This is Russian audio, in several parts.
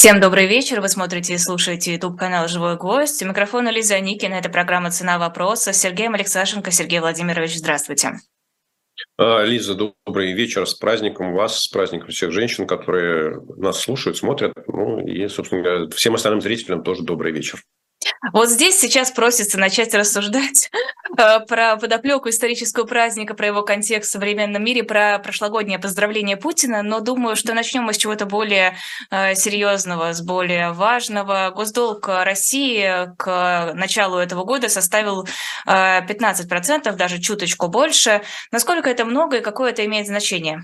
Всем добрый вечер. Вы смотрите и слушаете YouTube-канал «Живой гвоздь». У микрофона Лиза Никина. Это программа «Цена вопроса» с Сергеем Алексашенко. Сергей Владимирович, здравствуйте. Лиза, добрый вечер. С праздником вас, с праздником всех женщин, которые нас слушают, смотрят. Ну и, собственно говоря, всем остальным зрителям тоже добрый вечер. Вот здесь сейчас просится начать рассуждать про подоплеку исторического праздника, про его контекст в современном мире, про прошлогоднее поздравление Путина, но думаю, что начнем мы с чего-то более серьезного, с более важного. Госдолг России к началу этого года составил 15%, даже чуточку больше. Насколько это много и какое это имеет значение?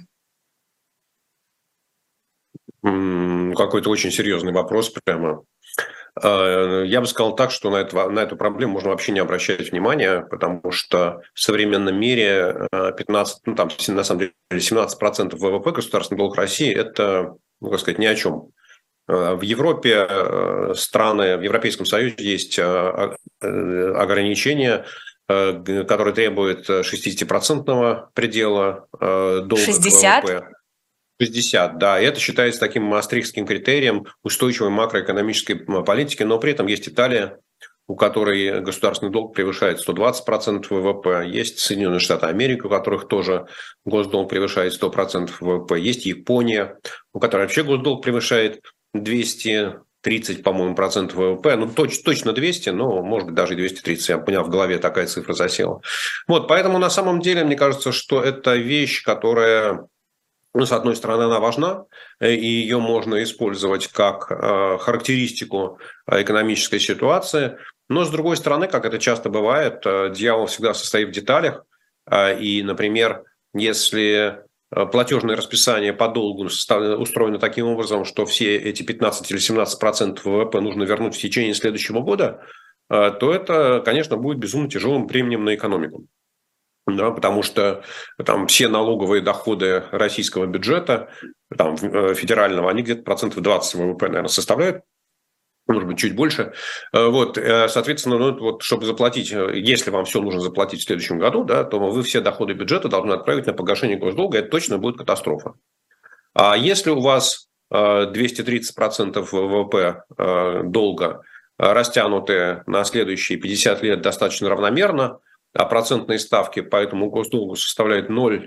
Какой-то очень серьезный вопрос прямо. Я бы сказал так, что на эту проблему можно вообще не обращать внимания, потому что в современном мире 15, ну, там, на самом деле 17% ВВП государственный долг России – это, ну, как сказать, ни о чем. В Европе страны, в Европейском Союзе есть ограничения, которые требуют 60% предела долга 60? к ВВП. 60, да, и это считается таким маастрихтским критерием устойчивой макроэкономической политики, но при этом есть Италия, у которой государственный долг превышает 120% ВВП, есть Соединенные Штаты Америки, у которых тоже госдолг превышает 100% ВВП, есть Япония, у которой вообще госдолг превышает 230, по-моему, процентов ВВП, ну точно 200, но может быть даже и 230, я понял, в голове такая цифра засела. Вот, поэтому на самом деле мне кажется, что это вещь, которая... Ну, с одной стороны, она важна, и ее можно использовать как характеристику экономической ситуации, но, с другой стороны, как это часто бывает, дьявол всегда состоит в деталях, и, например, если платежное расписание по долгу устроено таким образом, что все эти 15 или 17% ВВП нужно вернуть в течение следующего года, то это, конечно, будет безумно тяжелым бременем на экономику. Да, потому что там все налоговые доходы российского бюджета, там, федерального, они где-то процентов 20 ВВП, наверное, составляют, может быть, чуть больше. Вот, соответственно, ну, вот, чтобы заплатить, если вам все нужно заплатить в следующем году, да, то вы все доходы бюджета должны отправить на погашение госдолга, это точно будет катастрофа. А если у вас 230% ВВП долга растянуты на следующие 50 лет достаточно равномерно, а процентные ставки по этому госдолгу составляют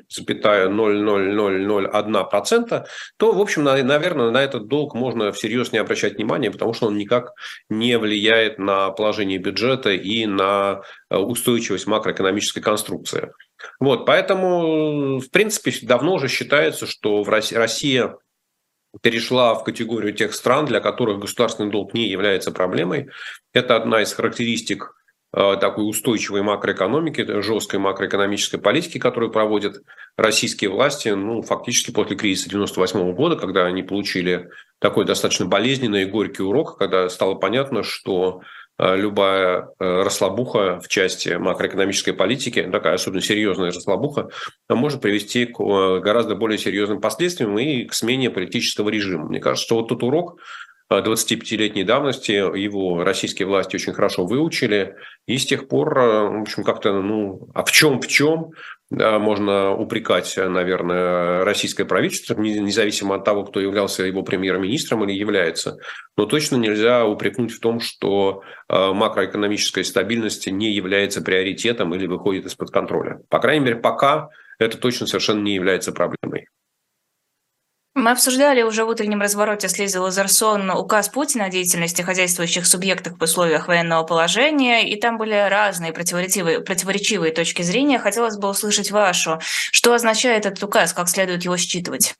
0,00001%, то, в общем, наверное, на этот долг можно всерьез не обращать внимания, потому что он никак не влияет на положение бюджета и на устойчивость макроэкономической конструкции. Вот, поэтому, в принципе, давно уже считается, что Россия перешла в категорию тех стран, для которых государственный долг не является проблемой. Это одна из характеристик такой устойчивой макроэкономики, жесткой макроэкономической политики, которую проводят российские власти, ну, фактически после кризиса 1998 года, когда они получили такой достаточно болезненный и горький урок, когда стало понятно, что любая расслабуха в части макроэкономической политики, такая особенно серьезная расслабуха, может привести к гораздо более серьезным последствиям и к смене политического режима. Мне кажется, что вот тот урок 25-летней давности его российские власти очень хорошо выучили, и с тех пор, в общем, как-то, ну, а в чем, да, можно упрекать, наверное, российское правительство, независимо от того, кто являлся его премьер-министром или является, но точно нельзя упрекнуть в том, что макроэкономическая стабильность не является приоритетом или выходит из-под контроля. По крайней мере, пока это точно совершенно не является проблемой. Мы обсуждали уже в утреннем развороте с Лизой Лазарсон указ Путина о деятельности хозяйствующих субъектов в условиях военного положения, и там были разные противоречивые точки зрения. Хотелось бы услышать вашу. Что означает этот указ, как следует его считывать?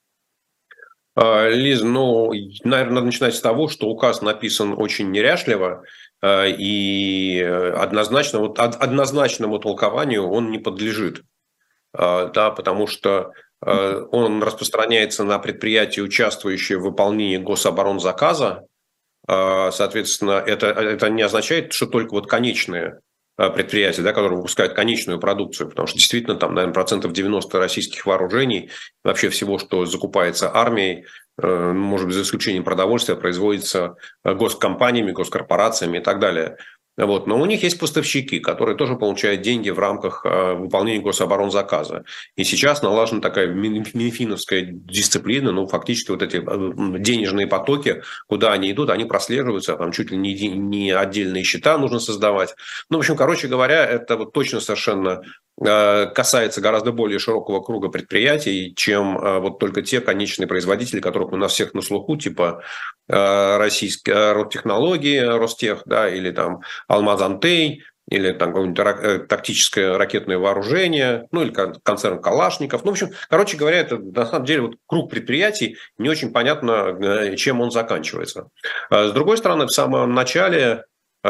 Лиз, ну, наверное, надо начинать с того, что указ написан очень неряшливо, и однозначному толкованию он не подлежит, да, потому что он распространяется на предприятия, участвующие в выполнении гособоронзаказа. Соответственно, это не означает, что только вот конечные предприятия, да, которые выпускают конечную продукцию, потому что действительно там, наверное, процентов 90 российских вооружений, вообще всего, что закупается армией, может быть, за исключением продовольствия, производится госкомпаниями, госкорпорациями и так далее. Вот. Но у них есть поставщики, которые тоже получают деньги в рамках выполнения гособоронзаказа. И сейчас налажена такая минфиновская дисциплина, ну, фактически вот эти денежные потоки, куда они идут, они прослеживаются, там чуть ли не отдельные счета нужно создавать. Ну, в общем, короче говоря, это вот точно совершенно касается гораздо более широкого круга предприятий, чем вот только те конечные производители, которых у нас всех на слуху, типа российские Роттехнологии, Ростех, да, или там Алмаз-Антей, или там какое-нибудь тактическое ракетное вооружение, ну или концерн Калашников. Ну, в общем, короче говоря, это на самом деле вот круг предприятий, не очень понятно, чем он заканчивается. С другой стороны, в самом начале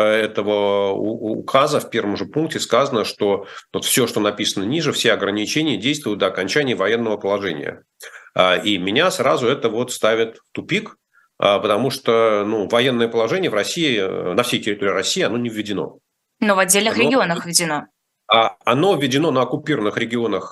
этого указа в первом же пункте сказано, что вот все, что написано ниже, все ограничения действуют до окончания военного положения. И меня сразу это вот ставит в тупик, потому что военное положение в России, на всей территории России, оно не введено. Но в отдельных регионах введено. Оно введено на оккупированных регионах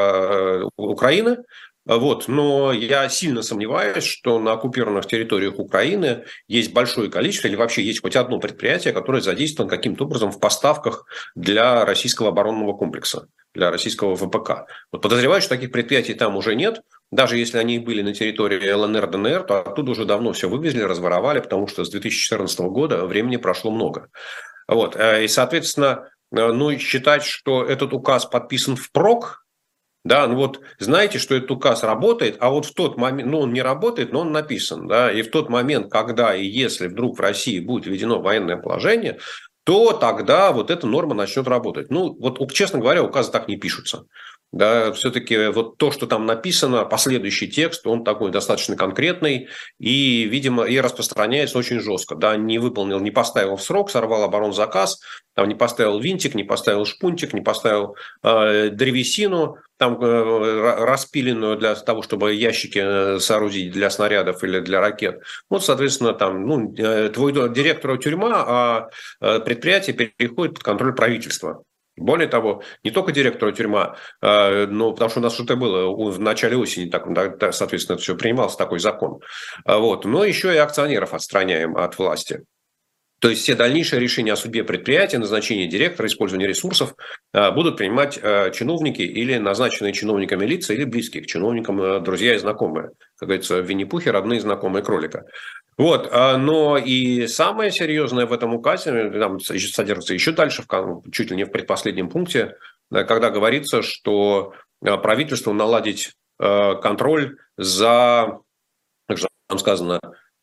Украины. Вот. Но я сильно сомневаюсь, что на оккупированных территориях Украины есть большое количество или вообще есть хоть одно предприятие, которое задействовано каким-то образом в поставках для российского оборонного комплекса, для российского ВПК. Вот подозреваю, что таких предприятий там уже нет. Даже если они были на территории ЛНР, ДНР, то оттуда уже давно все вывезли, разворовали, потому что с 2014 года времени прошло много. Вот. И, соответственно, считать, что этот указ подписан впрок, да, вот знаете, что этот указ работает, а вот в тот момент, он не работает, но он написан, да, и в тот момент, когда и если вдруг в России будет введено военное положение, то тогда вот эта норма начнет работать. Вот, честно говоря, указы так не пишутся. Да, все-таки вот то, что там написано, последующий текст, он такой достаточно конкретный и, видимо, и распространяется очень жестко. Да, не выполнил, не поставил в срок, сорвал оборонзаказ, там не поставил винтик, не поставил шпунтик, не поставил древесину, там распиленную для того, чтобы ящики соорудить для снарядов или для ракет. Вот, соответственно, там, твой директор тюрьма, а предприятие переходит под контроль правительства. Более того, не только директора тюрьма, но потому что у нас что-то было в начале осени, соответственно, это все принимался такой закон. Вот, но еще и акционеров отстраняем от власти. То есть все дальнейшие решения о судьбе предприятия, назначение директора, использование ресурсов будут принимать чиновники или назначенные чиновниками лица, или близкие к чиновникам друзья и знакомые. Как говорится, в Винни-Пухе родные знакомые кролика. Вот, но и самое серьезное в этом указе, там содержится еще дальше, чуть ли не в предпоследнем пункте, когда говорится, что правительству наладить контроль за, как же там сказано,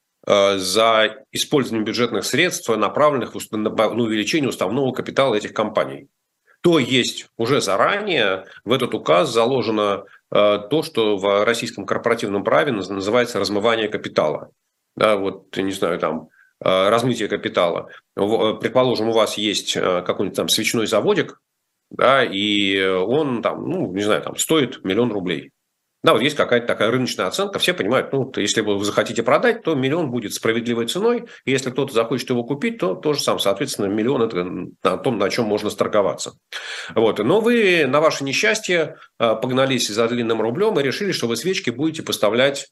за использованием бюджетных средств, направленных на увеличение уставного капитала этих компаний. То есть уже заранее в этот указ заложено то, что в российском корпоративном праве называется размывание капитала. Да, вот, не знаю, там, размытие капитала. Предположим, у вас есть какой-нибудь там свечной заводик, да, и он там, не знаю, там, стоит 1 000 000 рублей. Да, вот есть какая-то такая рыночная оценка, все понимают, если вы захотите продать, то 1 000 000 будет справедливой ценой, и если кто-то захочет его купить, то тоже сам, соответственно, 1 000 000 – это на том, на чем можно торговаться. Вот. Но вы, на ваше несчастье, погнались за длинным рублем и решили, что вы свечки будете поставлять,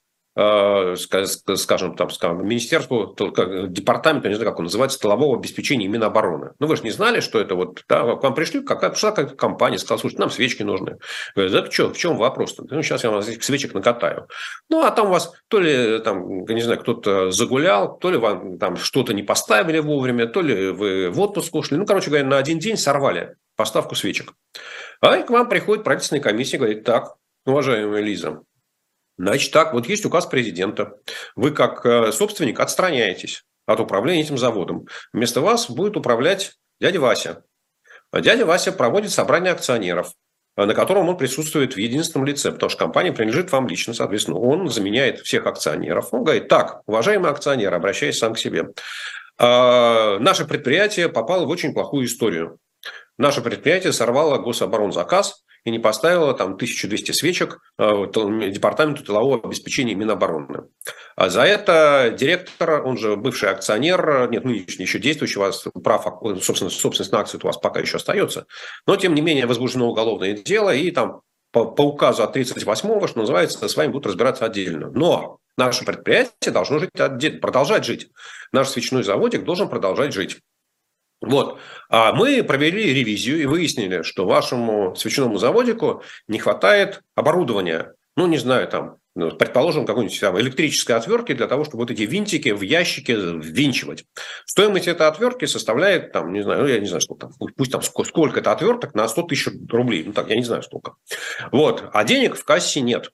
скажем, министерству, департаменту, не знаю, как он называется, тылового обеспечения Минобороны. Вы же не знали, что это вот, да, к вам пришла какая-то компания, сказала, слушайте, нам свечки нужны. Говорят, да что, в чем вопрос-то? Сейчас я вам этих свечек накатаю. А там у вас то ли, там, не знаю, кто-то загулял, то ли вам там что-то не поставили вовремя, то ли вы в отпуск ушли. Короче говоря, на один день сорвали поставку свечек. А к вам приходит правительственная комиссия и говорит, так, уважаемая Лиза, значит так, вот есть указ президента. Вы как собственник отстраняетесь от управления этим заводом. Вместо вас будет управлять дядя Вася. Дядя Вася проводит собрание акционеров, на котором он присутствует в единственном лице, потому что компания принадлежит вам лично, соответственно, он заменяет всех акционеров. Он говорит, так, уважаемые акционеры, обращаясь сам к себе, наше предприятие попало в очень плохую историю. Наше предприятие сорвало гособоронзаказ и не поставило там 1200 свечек департаменту тылового обеспечения Минобороны. А за это директор, он же бывший акционер, нет, нынешний еще действующий, у вас прав, собственность на акции у вас пока еще остается, но тем не менее возбуждено уголовное дело, и там по указу от 38-го, что называется, с вами будут разбираться отдельно. Но наше предприятие должно жить продолжать жить. Наш свечной заводик должен продолжать жить. Вот. А мы провели ревизию и выяснили, что вашему свечному заводику не хватает оборудования. Ну, не знаю, там, предположим, какой-нибудь там электрической отвертки для того, чтобы вот эти винтики в ящике ввинчивать. Стоимость этой отвертки составляет, там, не знаю, ну, я не знаю, сколько там, пусть там сколько-то отверток на 100 тысяч рублей. Ну, так, я не знаю, сколько. Вот. А денег в кассе нет.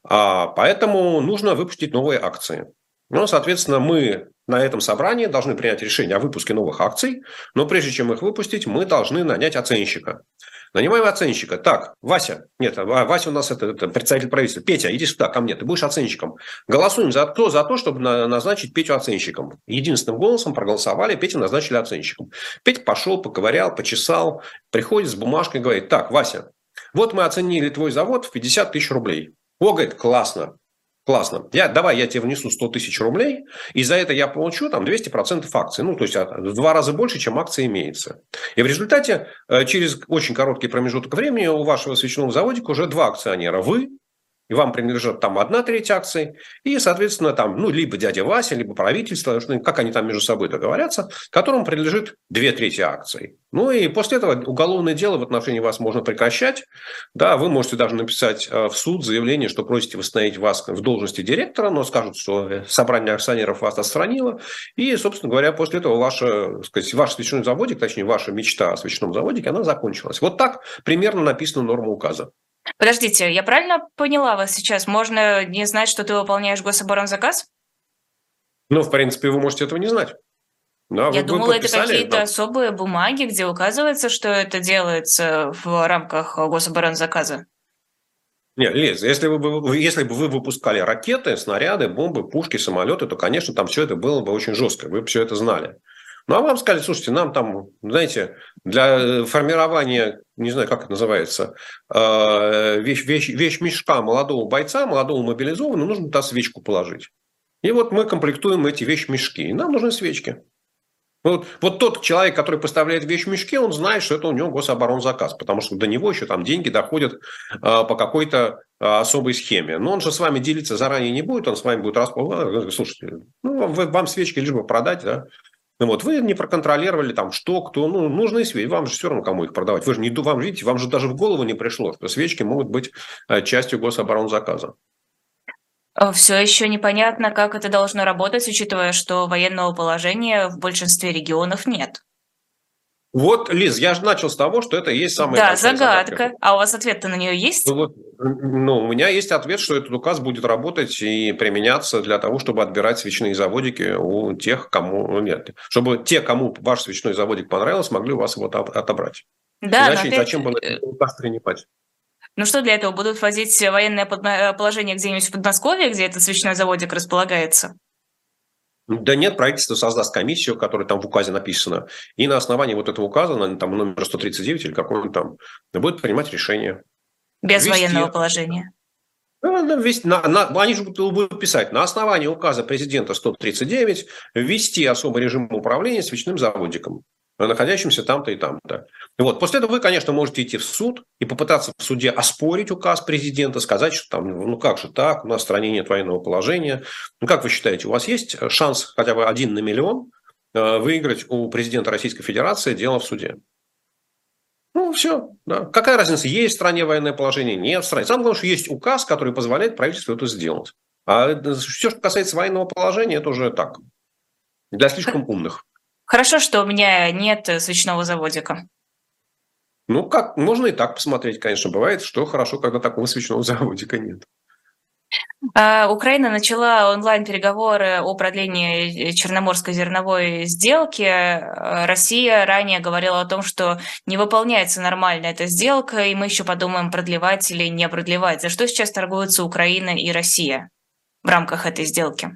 Поэтому нужно выпустить новые акции. Ну, соответственно, мы на этом собрании должны принять решение о выпуске новых акций, но прежде чем их выпустить, мы должны нанять оценщика. Нанимаем оценщика. Так, Вася, нет, Вася у нас это представитель правительства. Петя, иди сюда, ко мне, ты будешь оценщиком. Голосуем за то, чтобы назначить Петю оценщиком. Единственным голосом проголосовали, Петю назначили оценщиком. Петя пошел, поковырял, почесал, приходит с бумажкой и говорит: так, Вася, вот мы оценили твой завод в 50 тысяч рублей. О, говорит, классно. Классно. Давай я тебе внесу 100 тысяч рублей, и за это я получу там 200% акций. Ну, то есть в 2 раза больше, чем акции имеется. И в результате через очень короткий промежуток времени у вашего свечного заводика уже 2 акционера. Вы, и вам принадлежат там 1/3 акций, и, соответственно, там, ну, либо дядя Вася, либо правительство, как они там между собой договорятся, которому принадлежит 2/3 акций. Ну, и после этого уголовное дело в отношении вас можно прекращать. Да, вы можете даже написать в суд заявление, что просите восстановить вас в должности директора, но скажут, что собрание акционеров вас отстранило. И, собственно говоря, после этого ваш свечной заводик, точнее, ваша мечта о свечном заводике, она закончилась. Вот так примерно написана норма указа. Подождите, я правильно поняла вас сейчас? Можно не знать, что ты выполняешь гособоронзаказ? Ну, в принципе, вы можете этого не знать. Да, Я вы думала, это подписали, какие-то да. особые бумаги, где указывается, что это делается в рамках гособоронзаказа. Нет, Лиз, если бы вы выпускали ракеты, снаряды, бомбы, пушки, самолеты, то, конечно, там все это было бы очень жестко. Вы бы все это знали. Ну, а вам сказали: слушайте, нам там, знаете, для формирования, не знаю, как это называется, вещмешка молодого бойца, молодого мобилизованного, нужно туда свечку положить. И вот мы комплектуем эти вещмешки. И нам нужны свечки. Вот тот человек, который поставляет вещь в мешке, он знает, что это у него гособоронзаказ, потому что до него еще там деньги доходят по какой-то особой схеме. Но он же с вами делиться заранее не будет, он с вами будет расплываться. Слушайте, ну, вам свечки лишь бы продать, да? Ну, вот вы не проконтролировали там что, кто, ну, нужны свечи, вам же все равно кому их продавать. Вы же не, вам, видите, вам же даже в голову не пришло, что свечки могут быть частью гособоронзаказа. Все еще непонятно, как это должно работать, учитывая, что военного положения в большинстве регионов нет. Вот, Лиз, я же начал с того, что это и есть самая Да, большая загадка. загадка. А у вас ответ-то на нее есть? Ну, у меня есть ответ, что этот указ будет работать и применяться для того, чтобы отбирать свечные заводики у тех, кому нет. Чтобы те, кому ваш свечной заводик понравился, могли у вас его отобрать. Да, но Иначе опять, зачем было этот указ принимать? ну что для этого, будут вводить военное положение где-нибудь в Подмосковье, где этот свечной заводик располагается? Да нет, правительство создаст комиссию, которая там в указе написана, и на основании вот этого указа, там номер 139 или какой-нибудь там, будет принимать решение. Без Ввести. военного положения. Они же будут писать: на основании указа президента 139 ввести особый режим управления свечным заводиком, находящимся там-то и там-то. Вот. После этого вы, конечно, можете идти в суд и попытаться в суде оспорить указ президента, сказать, что там, ну как же так, у нас в стране нет военного положения. Ну как вы считаете, у вас есть шанс хотя бы 1 на миллион выиграть у президента Российской Федерации дело в суде? Ну, все. Да. Какая разница, есть в стране военное положение, нет в стране. Самое главное, что есть указ, который позволяет правительству это сделать. А все, что касается военного положения, это уже так. Для слишком умных. Хорошо, что у меня нет свечного заводика. Ну, как, можно и так посмотреть, конечно. Бывает, что хорошо, когда такого свечного заводика нет. Украина начала онлайн-переговоры о продлении Черноморской зерновой сделки. Россия ранее говорила о том, что не выполняется нормально эта сделка, и мы еще подумаем, продлевать или не продлевать. За что сейчас торгуются Украина и Россия в рамках этой сделки?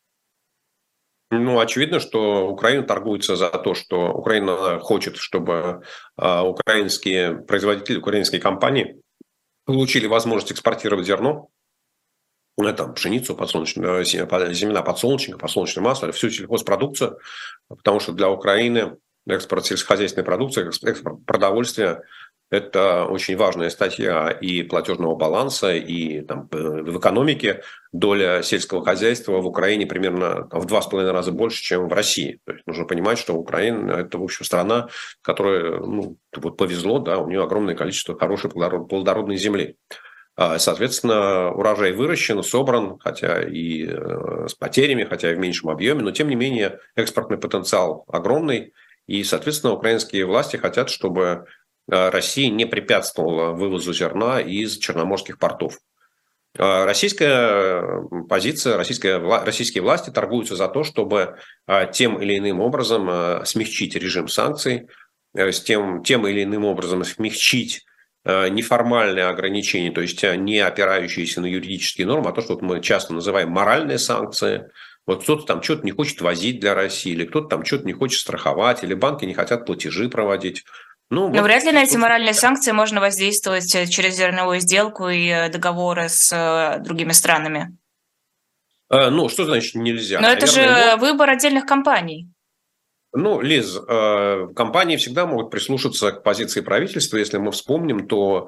Ну, очевидно, что Украина торгуется за то, что Украина хочет, чтобы украинские производители, украинские компании получили возможность экспортировать зерно, там, пшеницу, семена подсолнечника, подсолнечное масло, всю сельхозпродукцию, потому что для Украины экспорт сельскохозяйственной продукции, экспорт продовольствия Это очень важная статья и платежного баланса, и там, в экономике доля сельского хозяйства в Украине примерно в 2,5 раза больше, чем в России. То есть нужно понимать, что Украина – это, в общем, страна, которая, ну, вот повезло, да, у нее огромное количество хорошей плодородной земли. Соответственно, урожай выращен, собран, хотя и с потерями, хотя и в меньшем объеме, но тем не менее экспортный потенциал огромный. И, соответственно, украинские власти хотят, чтобы Россия не препятствовала вывозу зерна из черноморских портов. Российская позиция, российские власти торгуются за то, чтобы тем или иным образом смягчить режим санкций, тем или иным образом смягчить неформальные ограничения, то есть не опирающиеся на юридические нормы, а то, что мы часто называем моральные санкции. Вот кто-то там что-то не хочет возить для России, или кто-то там что-то не хочет страховать, или банки не хотят платежи проводить. Ну, Но вот, вряд ли на эти собственно, моральные санкции можно воздействовать через зерновую сделку и договоры с другими странами. ну, что значит нельзя? Но это Наверное, же выбор отдельных компаний. Ну, Лиз, компании всегда могут прислушаться к позиции правительства. Если мы вспомним, то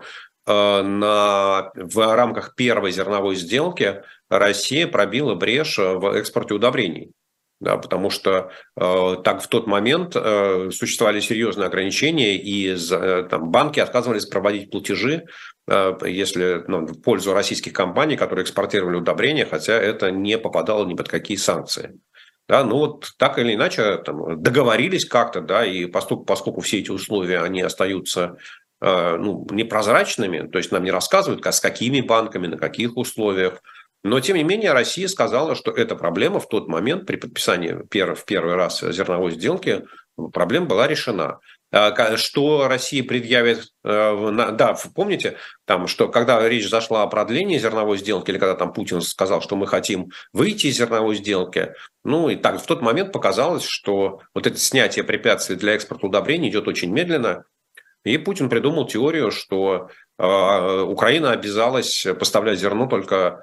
в рамках первой зерновой сделки Россия пробила брешь в экспорте удобрений. Да, потому что так в тот момент существовали серьезные ограничения, и там, банки отказывались проводить платежи, если, в пользу российских компаний, которые экспортировали удобрения, хотя это не попадало ни под какие санкции. Да, ну вот так или иначе там, договорились как-то, да, и поскольку все эти условия, они остаются непрозрачными, то есть нам не рассказывают, с какими банками, на каких условиях, но тем не менее Россия сказала, что эта проблема в тот момент при подписании в первый раз зерновой сделки, проблема была решена. Что Россия предъявит, да, помните, там, что когда речь зашла о продлении зерновой сделки, или когда там Путин сказал, что мы хотим выйти из зерновой сделки, ну и так в тот момент показалось, что вот это снятие препятствий для экспорта удобрений идет очень медленно, и Путин придумал теорию, что Украина обязалась поставлять зерно только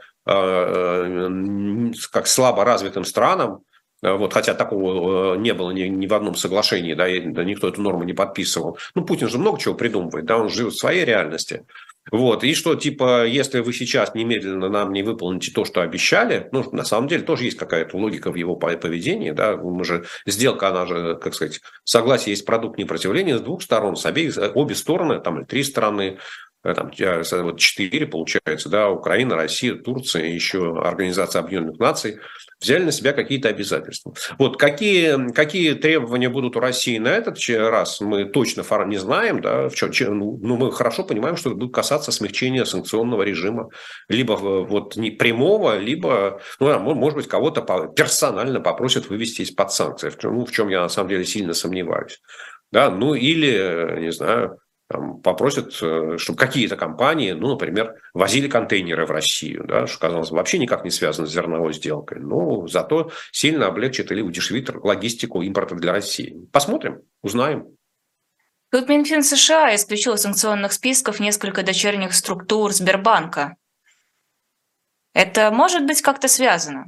как слабо развитым странам, вот, хотя такого не было ни в одном соглашении, да, никто эту норму не подписывал. Ну, Путин же много чего придумывает, да, он живет в своей реальности. Вот, и что, типа, если вы сейчас немедленно нам не выполните то, что обещали, ну, на самом деле тоже есть какая-то логика в его поведении, да, мы же, сделка, она же, как сказать, согласие есть продукт непротивления с двух сторон, обе стороны, там, или три стороны, там, вот 4, получается, да, Украина, Россия, Турция, еще Организация Объединенных Наций взяли на себя какие-то обязательства. Вот какие требования будут у России на этот раз, мы точно не знаем, да, но мы хорошо понимаем, что это будет касаться смягчения санкционного режима, либо вот не прямого, либо, может быть, кого-то персонально попросят вывести из-под санкций, в чем я на самом деле сильно сомневаюсь. Да, ну или, не знаю, там, попросят, чтобы какие-то компании, ну, например, возили контейнеры в Россию, да, что, казалось бы, вообще никак не связано с зерновой сделкой, но зато сильно облегчит или удешевит логистику импорта для России. Посмотрим, узнаем. Тут Минфин США исключил из санкционных списков несколько дочерних структур Сбербанка. Это может быть как-то связано?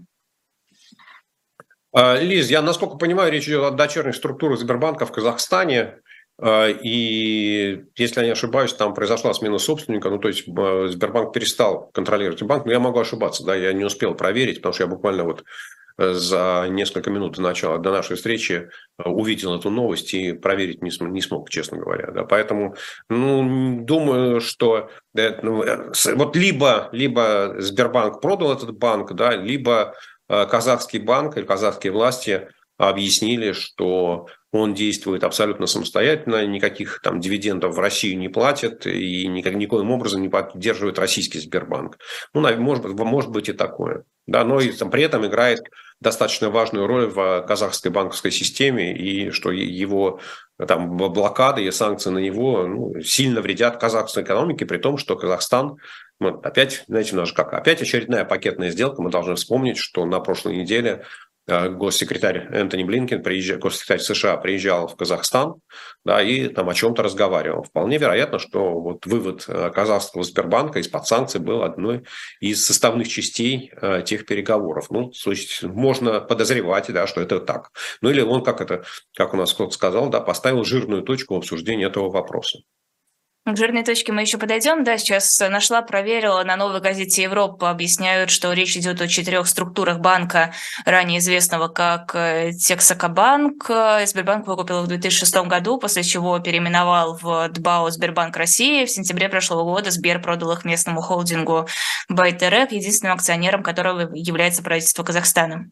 Лиз, я, насколько понимаю, речь идет о дочерних структурах Сбербанка в Казахстане. И, если я не ошибаюсь, там произошла смена собственника, ну, то есть Сбербанк перестал контролировать банк, но я могу ошибаться, да, я не успел проверить, потому что я буквально вот за несколько минут до нашей встречи увидел эту новость и проверить не смог, честно говоря, да, поэтому, думаю, что вот либо Сбербанк продал этот банк, да, либо казахский банк или казахские власти объяснили, что он действует абсолютно самостоятельно, никаких там дивидендов в Россию не платит и никоим образом не поддерживает российский Сбербанк. Ну, может быть и такое. Да, но и при этом играет достаточно важную роль в казахской банковской системе, и что его там, блокады и санкции на него сильно вредят казахской экономике, при том, что Казахстан, опять, знаете, опять очередная пакетная сделка. Мы должны вспомнить, что на прошлой неделе госсекретарь Энтони Блинкен, госсекретарь США, приезжал в Казахстан, да, и там о чем-то разговаривал. Вполне вероятно, что вот вывод казахского Сбербанка из-под санкций был одной из составных частей тех переговоров. Ну, то есть можно подозревать, да, что это так. Ну, или он, как у нас кто-то сказал, да, поставил жирную точку в обсуждении этого вопроса. К жирной точке мы еще подойдем. Да, сейчас нашла, проверила. На «Новой газете Европа» объясняют, что речь идет о 4 структурах банка, ранее известного как Тексакобанк. Сбербанк выкупил их в 2006 году, после чего переименовал в ДБАО Сбербанк России. В сентябре прошлого года Сбер продал их местному холдингу Байтерек, единственным акционером которого является правительство Казахстана.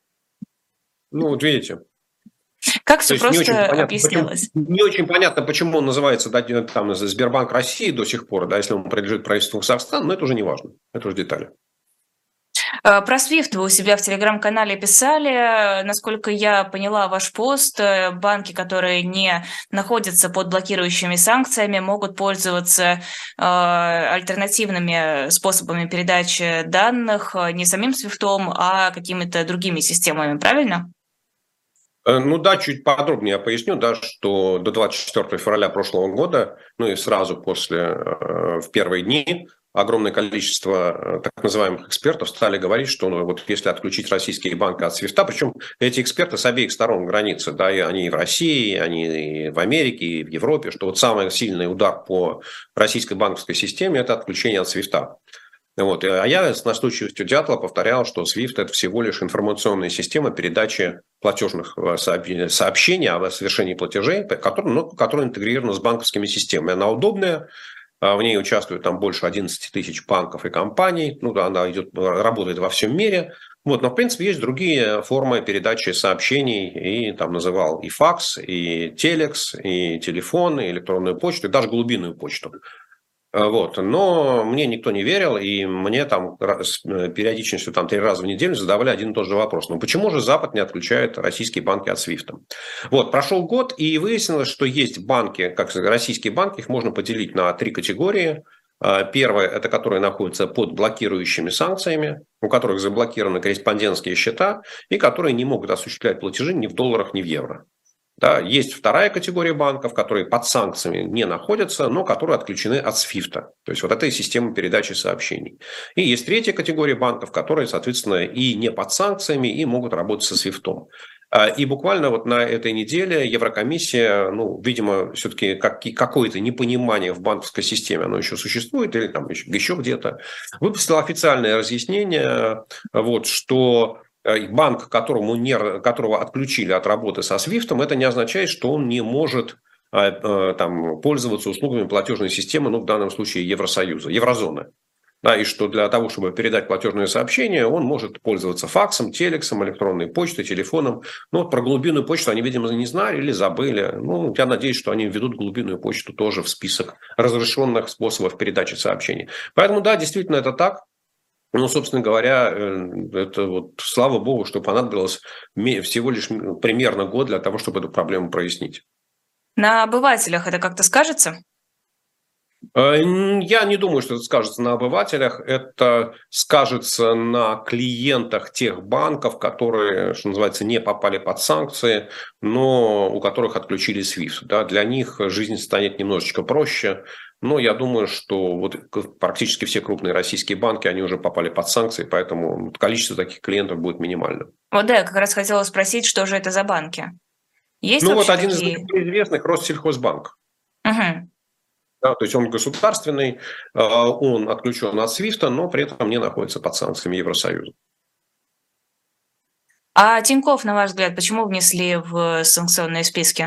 Ну, вот видите. Как То все есть просто объяснилось? не очень понятно, почему он называется там Сбербанк России до сих пор, да, если он принадлежит правительству Казахстана, но это уже не важно, это уже детали. Про SWIFT вы у себя в Телеграм-канале писали. Насколько я поняла ваш пост, банки, которые не находятся под блокирующими санкциями, могут пользоваться альтернативными способами передачи данных не самим SWIFT, а какими-то другими системами, правильно? Ну да, чуть подробнее я поясню, да, что до 24 февраля прошлого года, ну и сразу после, в первые дни, огромное количество так называемых экспертов стали говорить, что ну, вот если отключить российские банки от свифта, причем эти эксперты с обеих сторон границы, да, и они и в России, они и в Америке, и в Европе, что вот самый сильный удар по российской банковской системе – это отключение от свифта. Вот. А я с настойчивостью дятла повторял, что SWIFT – это всего лишь информационная система передачи платежных сообщений о совершении платежей, которая интегрирована с банковскими системами. Она удобная, в ней участвуют там больше 11 тысяч банков и компаний, ну, да, она работает во всем мире. Вот, но, в принципе, есть другие формы передачи сообщений, и там называл и факс, и телекс, и телефон, и электронную почту, и даже глубинную почту. Вот. Но мне никто не верил, и мне там с периодичностью 3 раза в неделю задавали один и тот же вопрос. Ну почему же Запад не отключает российские банки от свифта? Вот, прошел год, и выяснилось, что есть банки, как российские банки, их можно поделить на 3 категории. Первое – это которые находятся под блокирующими санкциями, у которых заблокированы корреспондентские счета, и которые не могут осуществлять платежи ни в долларах, ни в евро. Да, есть вторая категория банков, которые под санкциями не находятся, но которые отключены от SWIFT. То есть вот этой системы передачи сообщений. И есть третья категория банков, которые, соответственно, и не под санкциями, и могут работать со SWIFT. И буквально вот на этой неделе Еврокомиссия, ну, видимо, все-таки какое-то непонимание в банковской системе, оно еще существует, или там еще где-то, выпустила официальное разъяснение, вот, что банк, которого отключили от работы со SWIFT, это не означает, что он не может там, пользоваться услугами платежной системы, ну, в данном случае Евросоюза, еврозоны. Да, и что для того, чтобы передать платежные сообщения, он может пользоваться факсом, телексом, электронной почтой, телефоном. Ну, вот про глубинную почту они, видимо, не знали или забыли. Ну, я надеюсь, что они введут глубинную почту тоже в список разрешенных способов передачи сообщений. Поэтому, да, действительно, это так. Ну, собственно говоря, это вот, слава богу, что понадобилось всего лишь примерно год для того, чтобы эту проблему прояснить. На обывателях это как-то скажется? Я не думаю, что это скажется на обывателях. Это скажется на клиентах тех банков, которые, что называется, не попали под санкции, но у которых отключили SWIFT. Да, для них жизнь станет немножечко проще. Но я думаю, что вот практически все крупные российские банки, они уже попали под санкции, поэтому количество таких клиентов будет минимальным. Вот да, я как раз хотела спросить, что же это за банки? Есть Ну вот вообще один такие? из известных – Россельхозбанк. Угу. Да, то есть он государственный, он отключен от SWIFT, но при этом не находится под санкциями Евросоюза. А Тинькофф, на ваш взгляд, почему внесли в санкционные списки?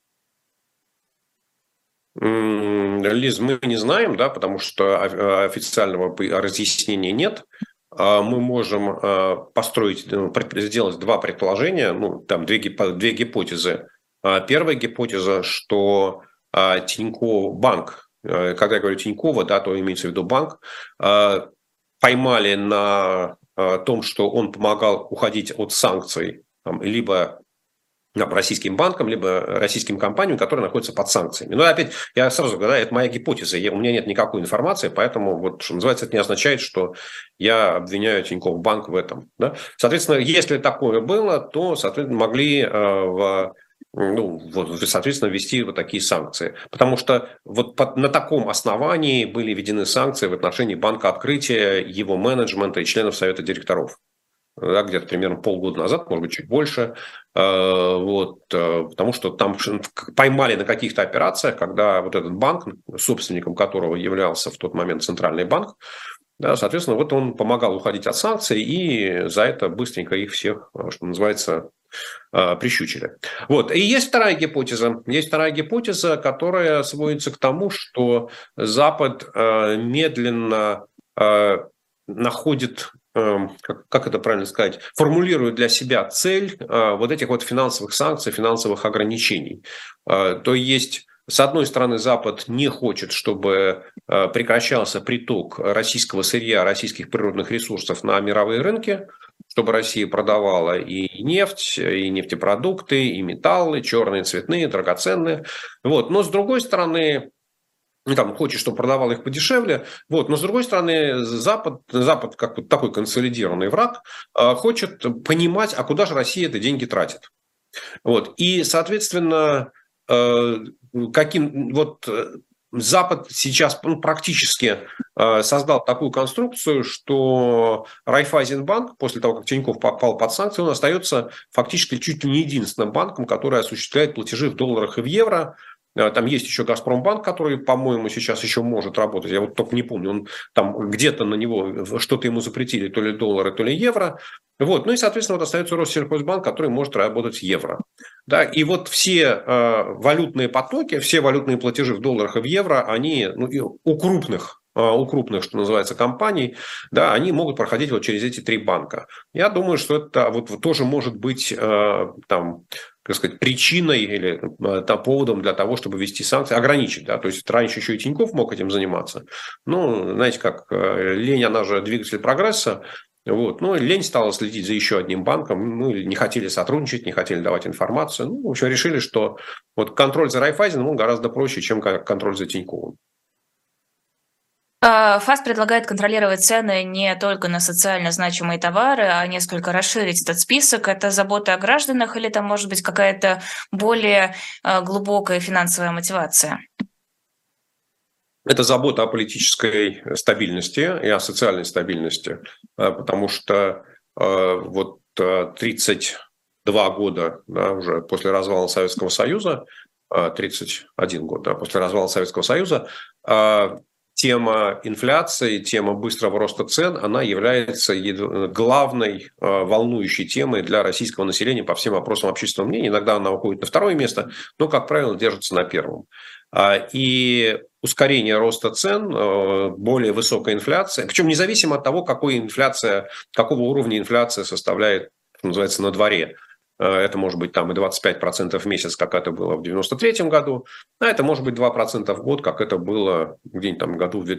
Лиз, мы не знаем, да, потому что официального разъяснения нет. Мы можем сделать 2 предположения, ну, там 2 гипотезы. Первая гипотеза, что Тинькофф банк, когда я говорю Тинькова, да, то имеется в виду банк, поймали на том, что он помогал уходить от санкций либо российским банкам, либо российским компаниям, которые находятся под санкциями. Но опять, я сразу говорю, да, это моя гипотеза, у меня нет никакой информации, поэтому, вот, что называется, это не означает, что я обвиняю Тинькофф банк в этом. Да? Соответственно, если такое было, то, соответственно, могли соответственно, ввести вот такие санкции. Потому что вот на таком основании были введены санкции в отношении банка Открытия, его менеджмента и членов совета директоров. Да, где-то примерно полгода назад, может быть, чуть больше. Потому что там поймали на каких-то операциях, когда вот этот банк, собственником которого являлся в тот момент Центральный банк, да, соответственно, вот он помогал уходить от санкций, и за это быстренько их всех, что называется, прищучили. И есть вторая гипотеза. Есть вторая гипотеза, которая сводится к тому, что Запад медленно находит, как это правильно сказать, формулирует для себя цель вот этих вот финансовых санкций, финансовых ограничений. То есть, с одной стороны, Запад не хочет, чтобы прекращался приток российского сырья, российских природных ресурсов на мировые рынки, чтобы Россия продавала и нефть, и нефтепродукты, и металлы, черные, цветные, драгоценные. Но с другой стороны, хочет, чтобы продавал их подешевле. Но с другой стороны, Запад как вот такой консолидированный враг, хочет понимать, а куда же Россия эти деньги тратит. И, соответственно, Запад сейчас практически создал такую конструкцию, что Райффайзенбанк, после того, как Тинькофф попал под санкции, он остается фактически чуть ли не единственным банком, который осуществляет платежи в долларах и в евро. Там есть еще Газпромбанк, который, по-моему, сейчас еще может работать. Я вот только не помню, он там где-то на него что-то ему запретили, то ли доллары, то ли евро. И, соответственно, остается Россельхозбанк, который может работать в евро. Да, и все валютные потоки, все валютные платежи в долларах и в евро, они у крупных, что называется, компаний, да, они могут проходить через эти три банка. Я думаю, что это тоже может быть причиной или поводом для того, чтобы ввести санкции, ограничить. Да? То есть раньше еще и Тинькофф мог этим заниматься. Знаете, как лень, она же двигатель прогресса. Лень стала следить за еще одним банком, не хотели сотрудничать, не хотели давать информацию. В общем, решили, что контроль за Райффайзеном гораздо проще, чем контроль за Тиньковым. ФАС предлагает контролировать цены не только на социально значимые товары, а несколько расширить этот список. Это забота о гражданах или там может быть какая-то более глубокая финансовая мотивация? Это забота о политической стабильности и о социальной стабильности, потому что 32 года, да, уже после развала Советского Союза, 31 год, да, после развала Советского Союза, тема инфляции, тема быстрого роста цен, она является главной волнующей темой для российского населения по всем опросам общественного мнения. Иногда она уходит на второе место, но, как правило, держится на первом. И ускорение роста цен, более высокая инфляция, причем независимо от того, какого уровня инфляция составляет, что называется, на дворе. Это может быть там и 25% в месяц, как это было в 1993 году, а это может быть 2% в год, как это было где-нибудь там году в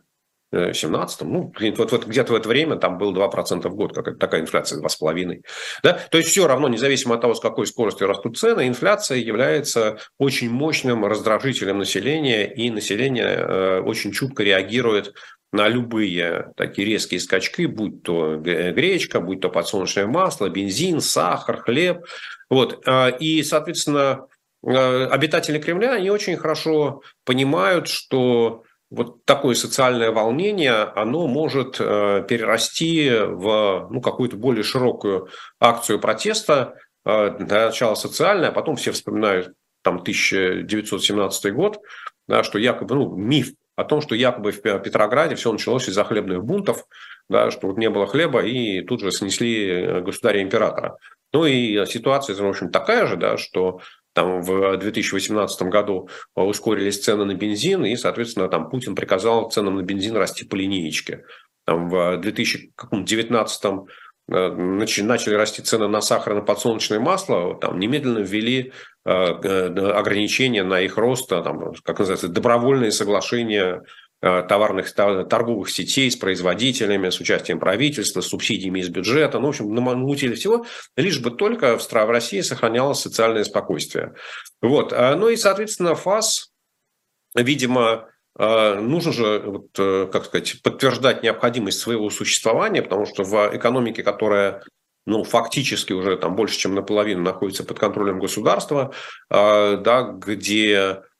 2017. Где-то в это время там было 2% в год, какая-то такая инфляция, 2,5%. Да? То есть все равно, независимо от того, с какой скоростью растут цены, инфляция является очень мощным раздражителем населения, и население очень чутко реагирует на любые такие резкие скачки, будь то гречка, будь то подсолнечное масло, бензин, сахар, хлеб. И, соответственно, обитатели Кремля, они очень хорошо понимают, что такое социальное волнение, оно может перерасти в какую-то более широкую акцию протеста, для начала социальная, а потом все вспоминают там 1917 год, да, что якобы миф о том, что якобы в Петрограде все началось из-за хлебных бунтов, да, что не было хлеба, и тут же снесли государя-императора. И ситуация, в общем, такая же, да, что там в 2018 году ускорились цены на бензин, и, соответственно, там Путин приказал ценам на бензин расти по линеечке. Там в 2019 начали расти цены на сахар и на подсолнечное масло, там немедленно ввели ограничения на их рост, там, как называется, добровольные соглашения торговых сетей с производителями, с участием правительства, с субсидиями из бюджета. В общем, намутили всего, лишь бы только в России сохранялось социальное спокойствие. И, соответственно, ФАС, видимо, нужно же, подтверждать необходимость своего существования, потому что в экономике, которая фактически уже там больше, чем наполовину находится под контролем государства, да, где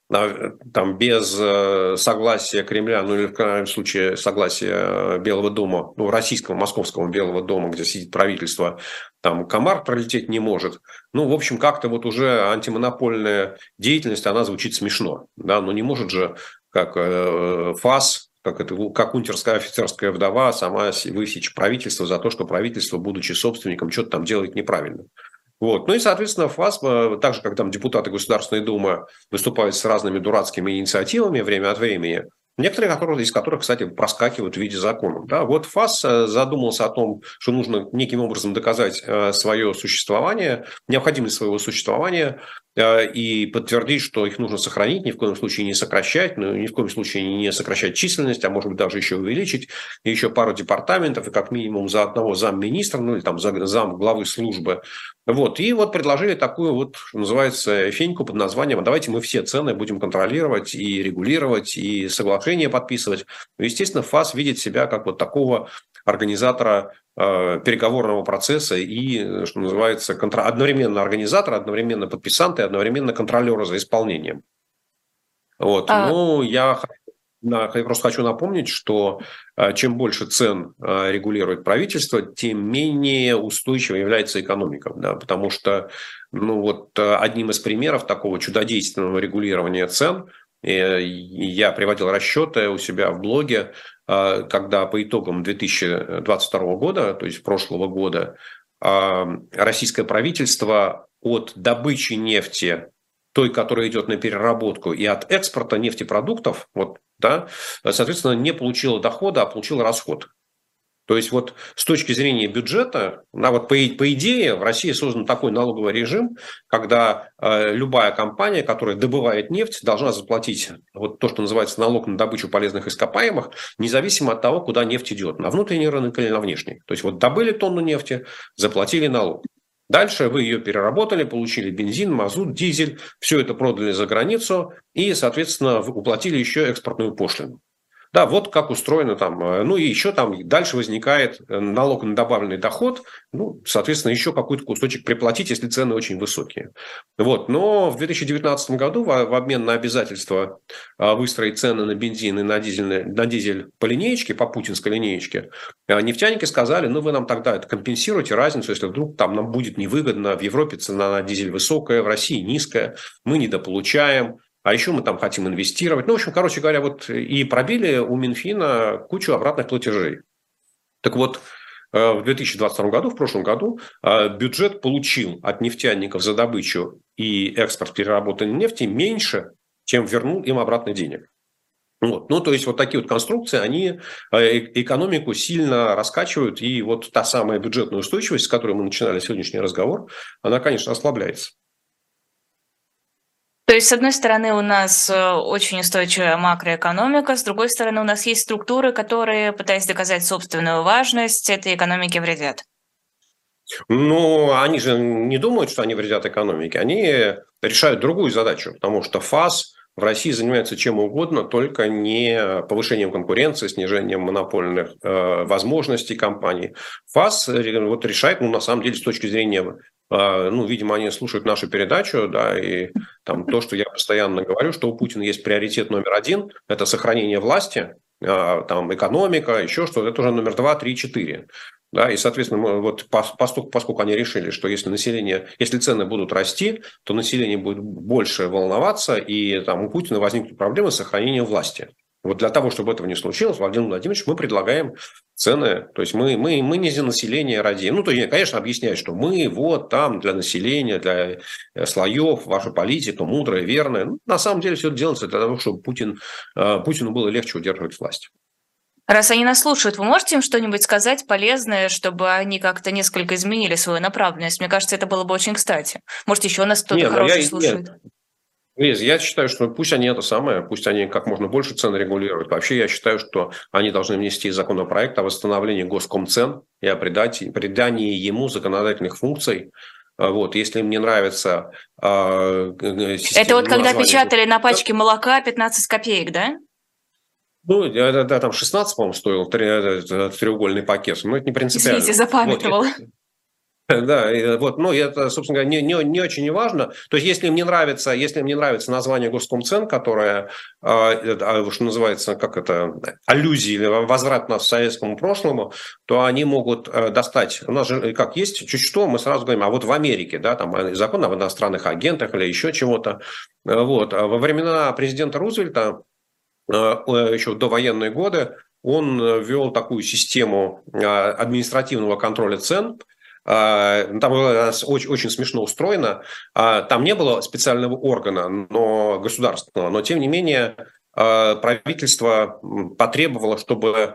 там без согласия Кремля, ну или в крайнем случае согласия Белого дома, ну российского, московского Белого дома, где сидит правительство, там комар пролететь не может. Ну, в общем, как-то вот уже антимонопольная деятельность, она звучит смешно, да, но не может же, как ФАС, как унтерская офицерская вдова, сама высечь правительство за то, что правительство, будучи собственником, что-то там делает неправильно. Вот. Ну и, соответственно, ФАС, так же, как там депутаты Государственной Думы выступают с разными дурацкими инициативами время от времени, некоторые из которых, кстати, проскакивают в виде законов. Да? Вот ФАС задумался о том, что нужно неким образом доказать свое существование, необходимость своего существования, и подтвердить, что их нужно сохранить, ни в коем случае не сокращать, ну, ни в коем случае не сокращать численность, а может быть даже еще увеличить, и еще пару департаментов, и как минимум за одного замминистра, ну или там зам главы службы. Вот. И вот предложили такую вот, что называется, феньку под названием «давайте мы все цены будем контролировать и регулировать, и соглашения подписывать». Естественно, ФАС видит себя как вот такого организатора переговорного процесса и, что называется, одновременно организатора, одновременно подписанта и одновременно контролера за исполнением. Вот. Ну, я просто хочу напомнить, что чем больше цен регулирует правительство, тем менее устойчивой является экономика. Да, потому что ну, вот, одним из примеров такого чудодейственного регулирования цен, я приводил расчеты у себя в блоге, когда по итогам 2022 года, то есть прошлого года, российское правительство от добычи нефти, той, которая идет на переработку, и от экспорта нефтепродуктов, вот, да, соответственно, не получила дохода, а получила расход. То есть вот с точки зрения бюджета, вот по идее в России создан такой налоговый режим, когда любая компания, которая добывает нефть, должна заплатить вот то, что называется налог на добычу полезных ископаемых, независимо от того, куда нефть идет, на внутренний рынок или на внешний. То есть вот добыли тонну нефти, заплатили налог. Дальше вы ее переработали, получили бензин, мазут, дизель, все это продали за границу и, соответственно, уплатили еще экспортную пошлину. Да, вот как устроено там. Ну и еще там дальше возникает налог на добавленный доход. Ну, соответственно, еще какой-то кусочек приплатить, если цены очень высокие. Вот. Но в 2019 году в обмен на обязательство выстроить цены на бензин и на дизель по линеечке, по путинской линеечке, нефтяники сказали, ну вы нам тогда это компенсируете разницу, если вдруг там нам будет невыгодно, в Европе цена на дизель высокая, в России низкая, мы недополучаем. А еще мы там хотим инвестировать. Ну, в общем, короче говоря, вот и пробили у Минфина кучу обратных платежей. Так вот, в 2022 году, в прошлом году, бюджет получил от нефтяников за добычу и экспорт переработанной нефти меньше, чем вернул им обратно денег. Вот. Ну, то есть, вот такие вот конструкции, они экономику сильно раскачивают. И вот та самая бюджетная устойчивость, с которой мы начинали сегодняшний разговор, она, конечно, ослабляется. То есть, с одной стороны, у нас очень устойчивая макроэкономика, с другой стороны, у нас есть структуры, которые, пытаясь доказать собственную важность, этой экономике вредят. Ну, они же не думают, что они вредят экономике. Они решают другую задачу, потому что ФАС в России занимается чем угодно, только не повышением конкуренции, снижением монопольных возможностей компаний. ФАС вот решает, ну, на самом деле, с точки зрения, ну, видимо, они слушают нашу передачу, да, и там то, что я постоянно говорю, что у Путина есть приоритет номер один, это сохранение власти, там экономика, еще что-то, это уже номер 2, 3, 4. Да, и, соответственно, вот поскольку они решили, что если цены будут расти, то население будет больше волноваться, и там у Путина возникнут проблемы с сохранением власти. Вот для того, чтобы этого не случилось, Владимир Владимирович, мы предлагаем цены, то есть мы не за население радеем. Ну, то есть, конечно, объясняют, что мы вот там для населения, для слоев, ваша политика мудрая, верная. Ну, на самом деле все это делается для того, чтобы Путину было легче удерживать власть. Раз они нас слушают, вы можете им что-нибудь сказать полезное, чтобы они как-то несколько изменили свою направленность? Мне кажется, это было бы очень кстати. Может, еще нас кто-то хороший слушает? Лиз, я считаю, что пусть они пусть они как можно больше цен регулируют. Вообще, я считаю, что они должны внести законопроект о восстановлении госкомцен и о придании ему законодательных функций. Вот, если им не нравится система... Это вот когда печатали на пачке молока 15 копеек, да? Ну, да, там 16, по-моему, стоил треугольный пакет, но это не принципиально. Извините, запамятовала. Да, вот, ну, это, собственно говоря, не очень важно. То есть, если им не нравится название Госкомцен, которое, что называется, как это, аллюзия или возврат нас к советскому прошлому, то они могут достать, у нас же, как есть, чуть что, мы сразу говорим, а вот в Америке, да, там закон об иностранных агентах или еще чего-то. Вот. А во времена президента Рузвельта, еще в довоенные годы, он ввел такую систему административного контроля цен. Там было очень, очень смешно устроено. Там не было специального органа, но государственного, но тем не менее правительство потребовало, чтобы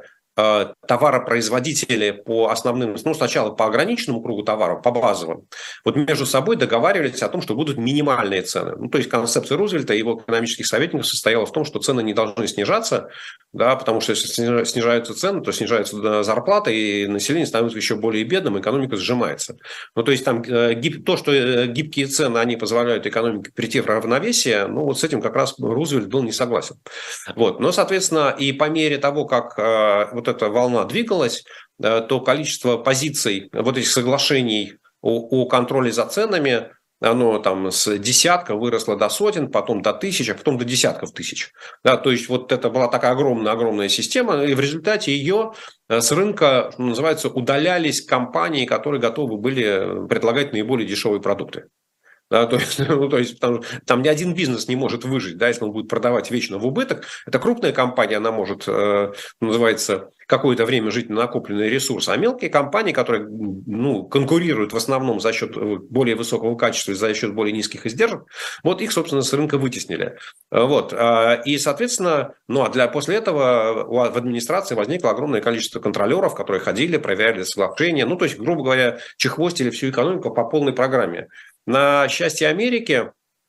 товаропроизводители по основным, ну, сначала по ограниченному кругу товаров, по базовым, вот между собой договаривались о том, что будут минимальные цены. Ну, то есть концепция Рузвельта и его экономических советников состояла в том, что цены не должны снижаться, да, потому что если снижаются цены, то снижаются зарплаты, и население становится еще более бедным, экономика сжимается. Ну, то есть там то, что гибкие цены, они позволяют экономике прийти в равновесие, ну, вот с этим как раз Рузвельт был не согласен. Вот. Но, соответственно, и по мере того, как вот эта волна двигалась, то количество позиций вот этих соглашений о контроле за ценами, оно там с десятка выросло до сотен, потом до тысяч, а потом до десятков тысяч. Да, то есть вот это была такая огромная система, и в результате ее с рынка, что называется, удалялись компании, которые готовы были предлагать наиболее дешевые продукты. Да, то есть, ну, то есть там ни один бизнес не может выжить, да, если он будет продавать вечно в убыток. Это крупная компания, она может, называется, какое-то время жить на накопленные ресурсы. А мелкие компании, которые, ну, конкурируют в основном за счет более высокого качества и за счет более низких издержек, вот их, собственно, с рынка вытеснили. Вот. И, соответственно, ну, а после этого в администрации возникло огромное количество контролеров, которые ходили, проверяли соглашения, ну, то есть, грубо говоря, чехвостили всю экономику по полной программе. На счастье Америки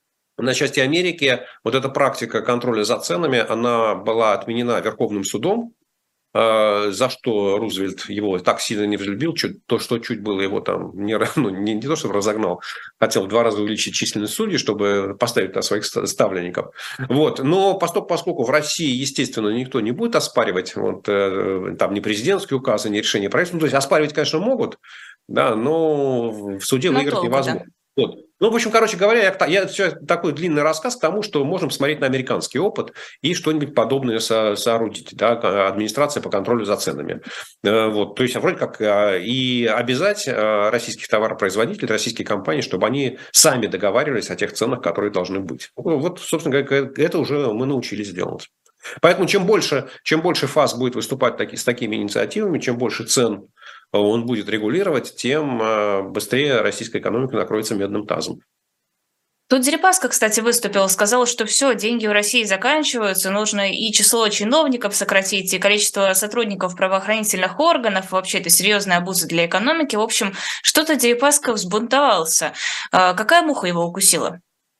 вот эта практика контроля за ценами, она была отменена Верховным судом, за что Рузвельт его так сильно не взлюбил, что чуть было его там не то, что разогнал, хотел в 2 раза увеличить численность судей, чтобы поставить на своих ставленников. Вот. Но поскольку в России, естественно, никто не будет оспаривать вот, там ни президентские указы, ни решения правительства, ну, то есть оспаривать, конечно, могут, да, но в суде Но выиграть долго, да. невозможно. Вот. Ну, в общем, короче говоря, я все такой длинный рассказ к тому, что можем смотреть на американский опыт и что-нибудь подобное соорудить, да, администрация по контролю за ценами. Вот. То есть, вроде как и обязать российских товаропроизводителей, российские компании, чтобы они сами договаривались о тех ценах, которые должны быть. Вот, собственно говоря, это уже мы научились делать. Поэтому чем больше ФАС будет выступать с такими инициативами, чем больше цен он будет регулировать, тем быстрее российская экономика накроется медным тазом. Тут Дерипаска, кстати, выступил, сказал, что все, деньги у России заканчиваются, нужно и число чиновников сократить, и количество сотрудников правоохранительных органов, вообще это серьезная обуза для экономики. В общем, что-то Дерипаска взбунтовался. Какая муха его укусила?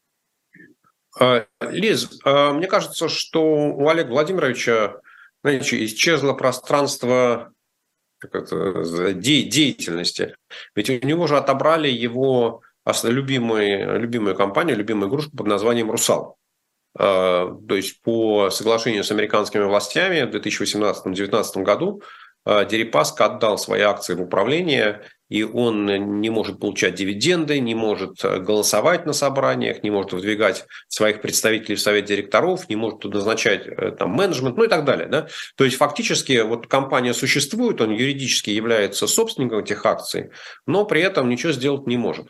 Лиз, мне кажется, что у Олега Владимировича, знаете, исчезло пространство деятельности. Ведь у него же отобрали его любимую компанию, любимую игрушку под названием «Русал». То есть по соглашению с американскими властями в 2018-2019 году Дерипаска отдал свои акции в управление, и он не может получать дивиденды, не может голосовать на собраниях, не может выдвигать своих представителей в совет директоров, не может назначать там менеджмент, ну и так далее. Да? То есть фактически вот компания существует, он юридически является собственником этих акций, но при этом ничего сделать не может.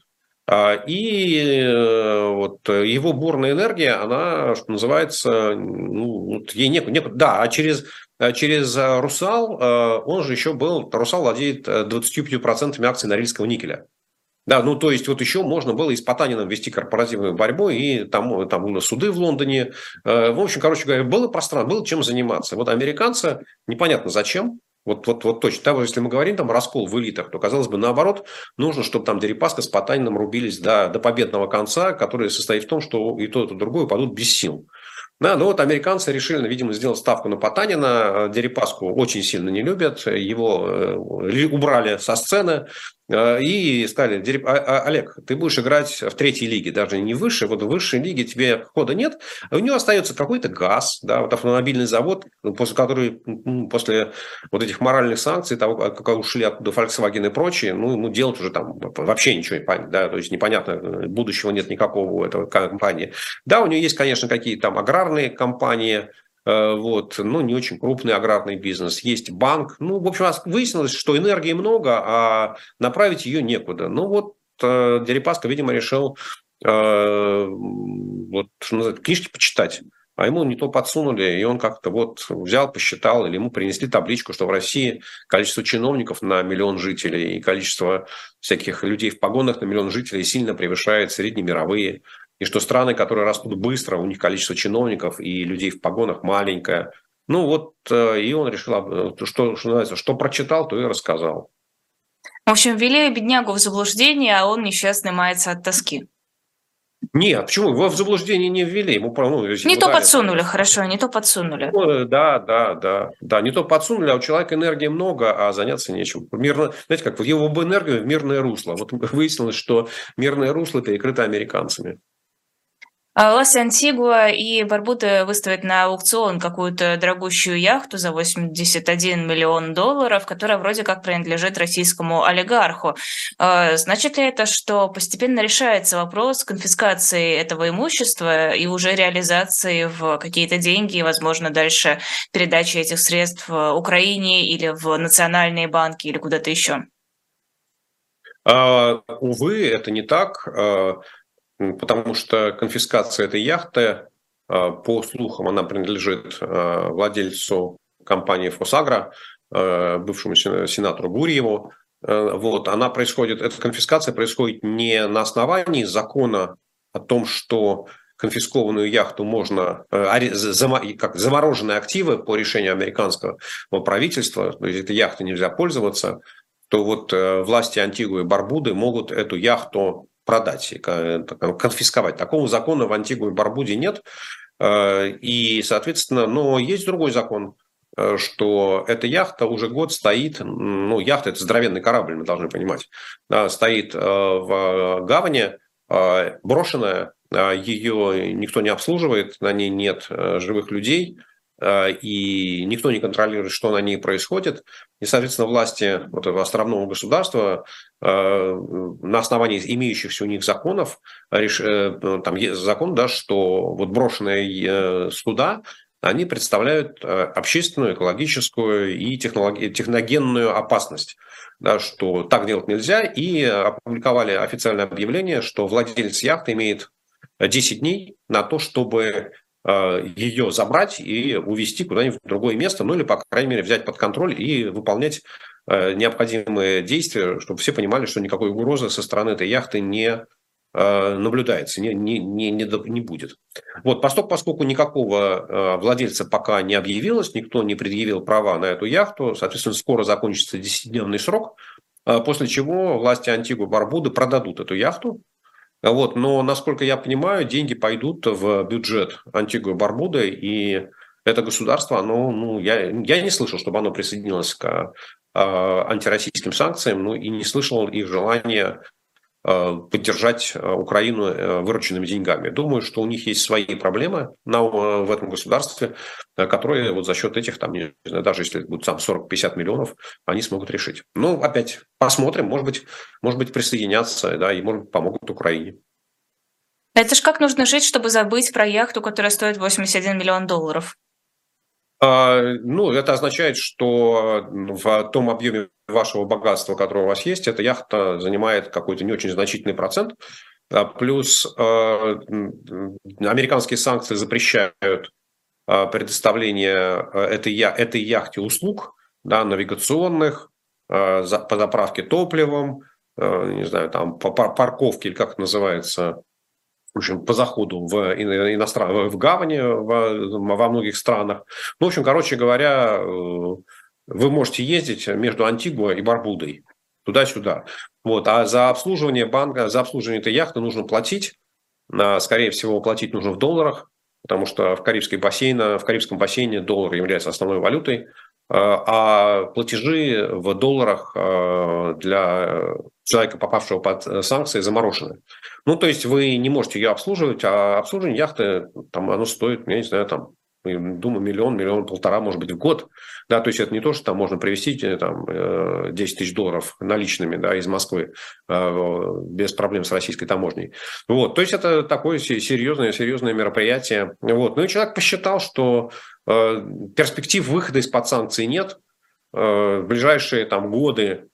И вот его бурная энергия, она, что называется, ну, ей некуда. Да, а через «Русал», он же еще был, «Русал» владеет 25% акций Норильского никеля. Да, ну то есть вот еще можно было и с Потаниным вести корпоративную борьбу, и там было суды в Лондоне. В общем, короче говоря, было пространство, было чем заниматься. Вот американцы, непонятно зачем, вот точно. Того, если мы говорим там раскол в элитах, то, казалось бы, наоборот, нужно, чтобы там Дерипаска с Потаниным рубились до победного конца, который состоит в том, что и то, и другое падут без сил. Да, но вот американцы решили, видимо, сделать ставку на Потанина. Дерипаску очень сильно не любят. Его убрали со сцены. И сказали: Олег, ты будешь играть в третьей лиге, даже не выше, вот в высшей лиге тебе хода нет, а у него остается какой-то газ, да, вот автомобильный завод, после вот этих моральных санкций, того, как ушли оттуда Volkswagen и прочие, делать уже там вообще ничего не понятно, да, то есть непонятно, будущего нет никакого у этого компании. Да, у нее есть, конечно, какие-то там аграрные компании, не очень крупный аграрный бизнес. Есть банк. В общем, выяснилось, что энергии много, а направить ее некуда. Дерипаска, видимо, решил что называется, книжки почитать. А ему не то подсунули, и он как-то взял, посчитал, или ему принесли табличку, что в России количество чиновников на миллион жителей и количество всяких людей в погонах на миллион жителей сильно превышает среднемировые. И что страны, которые растут быстро, у них количество чиновников и людей в погонах маленькое. И он решил, что прочитал, то и рассказал. В общем, ввели беднягу в заблуждение, а он несчастный мается от тоски. Нет, почему? Его в заблуждение не ввели. Не то подсунули, хорошо, не то подсунули. Да, не то подсунули, а у человека энергии много, а заняться нечем. Знаете, как его бы энергию в мирное русло. Вот выяснилось, что мирное русло перекрыто американцами. Ла-Антигуа и Барбуда выставят на аукцион какую-то дорогущую яхту за $81 миллион, которая вроде как принадлежит российскому олигарху. Значит ли это, что постепенно решается вопрос конфискации этого имущества и уже реализации в какие-то деньги, и, возможно, дальше передачи этих средств в Украине или в национальные банки или куда-то еще? Увы, это не так. Потому что конфискация этой яхты, по слухам, она принадлежит владельцу компании «Фосагро», бывшему сенатору Гурьеву. Эта конфискация происходит не на основании закона о том, что конфискованную яхту можно, замороженные активы по решению американского правительства, то есть этой яхтой нельзя пользоваться, то власти Антигуа и Барбуды могут эту яхту продать, конфисковать. Такого закона в Антигуа и Барбуде нет. И, соответственно, но есть другой закон, что эта яхта уже год стоит, яхта – это здоровенный корабль, мы должны понимать, стоит в гавани, брошенная, ее никто не обслуживает, на ней нет живых людей, и никто не контролирует, что на ней происходит. И, соответственно, власти этого островного государства на основании имеющихся у них законов, там есть закон, да, что брошенные суда, они представляют общественную, экологическую и техногенную опасность, да, что так делать нельзя, и опубликовали официальное объявление, что владелец яхты имеет 10 дней на то, чтобы ее забрать и увезти куда-нибудь в другое место, или, по крайней мере, взять под контроль и выполнять необходимые действия, чтобы все понимали, что никакой угрозы со стороны этой яхты не наблюдается, не будет. Поскольку никакого владельца пока не объявилось, никто не предъявил права на эту яхту, соответственно, скоро закончится 10-дневный срок, после чего власти Антигуа-Барбуды продадут эту яхту. Но, насколько я понимаю, деньги пойдут в бюджет Антигуа-Барбуды, и это государство, я не слышал, чтобы оно присоединилось к антироссийским санкциям, и не слышал их желания поддержать Украину вырученными деньгами. Думаю, что у них есть свои проблемы в этом государстве, которые за счет этих, даже если будет 40-50 миллионов, они смогут решить. Опять посмотрим, может быть присоединятся, да, и, может быть, помогут Украине. Это ж как нужно жить, чтобы забыть про яхту, которая стоит $81 миллион? Это означает, что в том объеме вашего богатства, которое у вас есть, эта яхта занимает какой-то не очень значительный процент. Плюс американские санкции запрещают предоставление этой яхте услуг, да, навигационных, по заправке топливом, не знаю, по парковке, или как это называется, в общем, по заходу в гавани во многих странах. Короче говоря, вы можете ездить между Антигуа и Барбудой, туда-сюда. А за обслуживание банка, за обслуживание этой яхты нужно платить. Скорее всего, платить нужно в долларах, потому что в Карибском бассейне доллар является основной валютой. А платежи в долларах для человека, попавшего под санкции, заморожены. Ну, то есть вы не можете ее обслуживать, а обслуживание яхты, там, оно стоит, я не знаю, там, думаю, миллион, полтора, может быть, в год. Да, то есть это не то, что там можно привезти там, 10 тысяч долларов наличными, да, из Москвы без проблем с российской таможней. Вот, то есть это такое серьезное мероприятие. Вот. Ну и человек посчитал, что перспектив выхода из-под санкций нет. В ближайшие там, годы,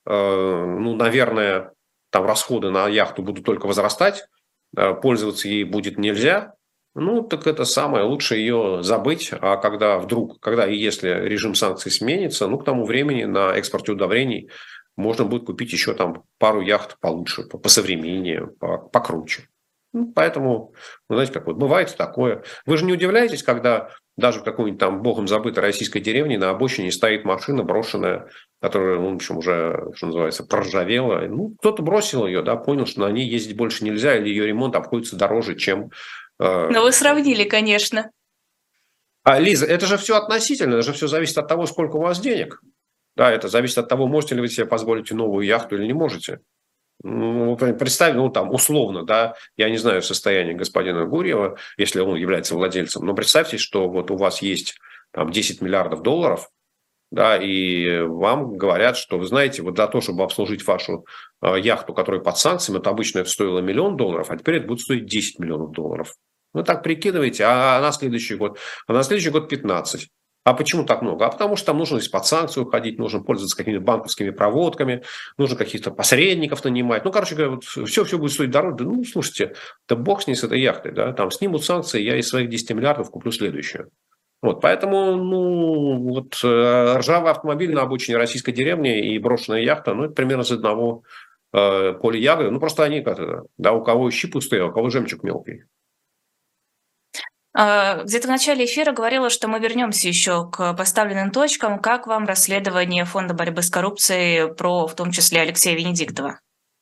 ну, наверное, там расходы на яхту будут только возрастать, пользоваться ей будет нельзя. Ну, так это самое лучше ее забыть. А когда и если режим санкций сменится, ну, к тому времени на экспорте удобрений можно будет купить еще там пару яхт получше, посовременнее, покруче. Ну, поэтому, знаете, как вот бывает такое. Вы же не удивляетесь, когда даже в какой-нибудь там богом забытой российской деревне на обочине стоит машина брошенная, которая, ну, в общем, уже, что называется, проржавела. Ну, кто-то бросил ее, да, понял, что на ней ездить больше нельзя, или ее ремонт обходится дороже, чем... Но вы сравнили, конечно. Лиза, это же все относительно, это же все зависит от того, сколько у вас денег. Да, это зависит от того, можете ли вы себе позволить новую яхту или не можете. Ну, представь, ну, там, условно, да, я не знаю состояние господина Гурьева, если он является владельцем, но представьте, что вот у вас есть там 10 миллиардов долларов, да, и вам говорят, что, вы знаете, вот за то, чтобы обслужить вашу яхту, которая под санкциями, это обычно это стоило $1 миллион, а теперь это будет стоить $10 миллионов. Ну, так прикидываете, а на следующий год? А на следующий год 15. А почему так много? А потому что там нужно из-под санкций уходить, нужно пользоваться какими-то банковскими проводками, нужно каких-то посредников нанимать. Ну, короче говоря, вот все будет стоить дороже. Ну, слушайте, да бог с ней, с этой яхтой, да, там снимут санкции, я из своих 10 миллиардов куплю следующую. Вот, поэтому, ну, вот ржавый автомобиль на обочине российской деревни и брошенная яхта, ну, это примерно из одного поля ягоды. Ну, просто они как-то, да, у кого щи пустые, а у кого жемчуг мелкий. Где-то в начале эфира говорила, что мы вернемся еще к поставленным точкам. Как вам расследование Фонда борьбы с коррупцией про, в том числе, Алексея Венедиктова?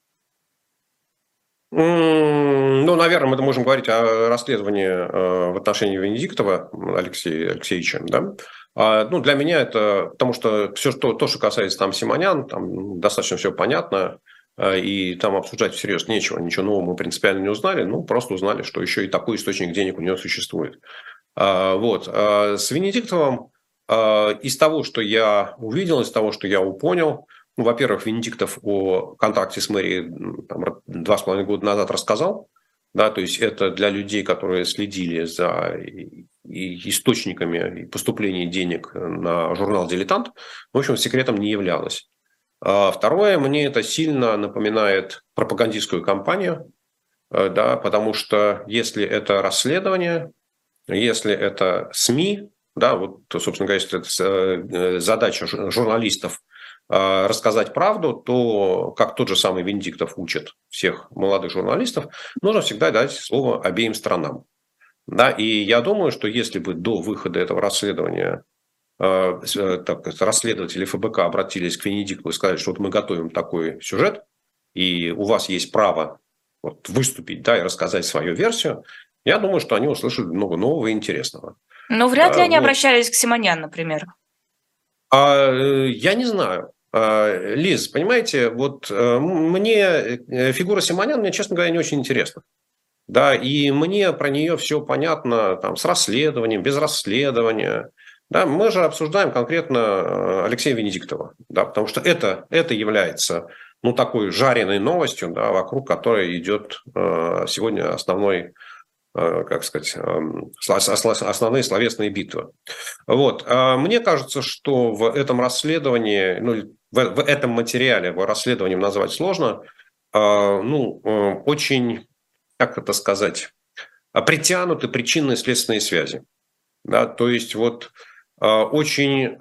Ну, наверное, мы можем говорить о расследовании в отношении Венедиктова Алексея Алексеевича, да. Ну, для меня это, потому что все, то, что касается там Симонян, там достаточно все понятно, и там обсуждать всерьез нечего, ничего нового мы принципиально не узнали, ну, просто узнали, что еще и такой источник денег у него существует. Вот. С Венедиктовым из того, что я увидел, из того, что я понял, ну, во-первых, Венедиктов о контакте с мэрией 2,5 года назад рассказал. Да, то есть это для людей, которые следили за источниками поступления денег на журнал «Дилетант», в общем, секретом не являлось. Второе, мне это сильно напоминает пропагандистскую кампанию, да, потому что если это расследование, если это СМИ, да, вот, собственно говоря, если это задача журналистов рассказать правду, то, как тот же самый Венедиктов учит всех молодых журналистов, нужно всегда дать слово обеим сторонам. Да, и я думаю, что если бы до выхода этого расследования расследователи ФБК обратились к Венедиктову и сказали, что вот мы готовим такой сюжет, и у вас есть право вот выступить, да, и рассказать свою версию, я думаю, что они услышали много нового и интересного. Но вряд ли они обращались к Симонян, например. Я не знаю. Лиз, понимаете, вот мне фигура Симонян, мне, честно говоря, не очень интересна. Да, и мне про нее все понятно там, с расследованием, без расследования. Да, мы же обсуждаем конкретно Алексея Венедиктова, да, потому что это является ну, такой жареной новостью, да, вокруг которой идет сегодня основной, как сказать, основные словесные битвы. Вот. Мне кажется, что в этом расследовании, ну, в этом материале, его расследованием назвать сложно, ну, очень, как это сказать, притянуты причинные следственные связи. Да, то есть вот очень,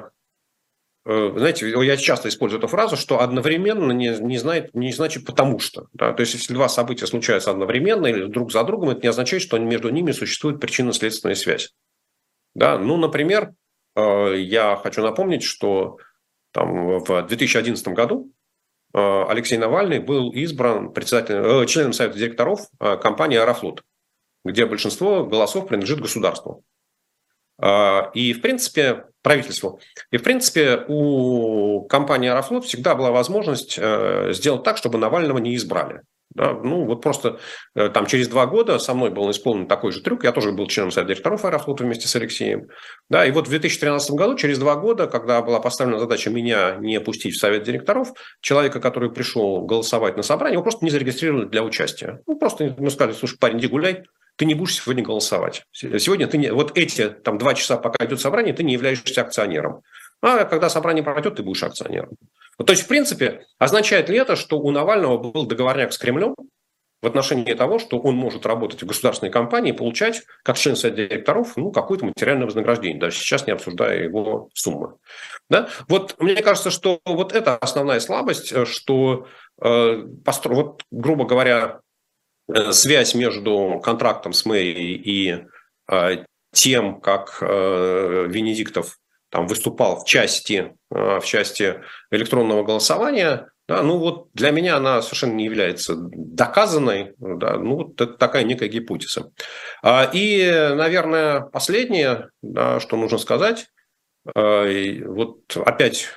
знаете, я часто использую эту фразу, что одновременно не значит потому что. Да? То есть если два события случаются одновременно или друг за другом, это не означает, что между ними существует причинно-следственная связь. Да? Ну, например, я хочу напомнить, что там, в 2011 году Алексей Навальный был избран членом Совета директоров компании «Аэрофлот», где большинство голосов принадлежит государству. И, в принципе, правительству. И, в принципе, у компании «Аэрофлот» всегда была возможность сделать так, чтобы Навального не избрали. Да, ну, вот просто там через 2 года со мной был исполнен такой же трюк. Я тоже был членом совета директоров «Аэрофлота» вместе с Алексеем. Да, и вот в 2013 году, через 2 года, когда была поставлена задача меня не пустить в совет директоров, человека, который пришел голосовать на собрание, его просто не зарегистрировали для участия. Ну, просто ему сказали: слушай, парень, иди гуляй, ты не будешь сегодня голосовать. Сегодня ты не, вот эти там 2 часа, пока идет собрание, ты не являешься акционером. А когда собрание пройдет, ты будешь акционером. То есть, в принципе, означает ли это, что у Навального был договорняк с Кремлем в отношении того, что он может работать в государственной компании и получать, как член совета директоров, ну, какое-то материальное вознаграждение, даже сейчас не обсуждая его суммы. Да? Вот мне кажется, что вот это основная слабость, что, вот, грубо говоря, связь между контрактом с мэрией и тем, как Венедиктов там выступал в части электронного голосования, да, ну вот для меня она совершенно не является доказанной, да, ну вот это такая некая гипотеза. И, наверное, последнее, да, что нужно сказать, вот опять,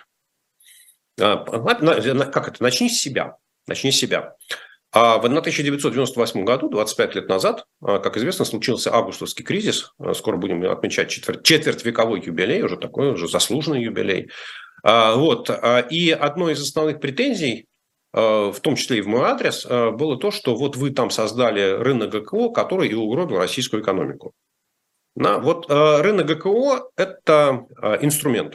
как это, начни с себя. В 1998 году, 25 лет назад, как известно, случился августовский кризис. Скоро будем отмечать четвертьвековой юбилей, уже такой уже заслуженный юбилей. И одной из основных претензий, в том числе и в мой адрес, было то, что вот вы там создали рынок ГКО, который и угробил российскую экономику. Вот рынок ГКО – это инструмент,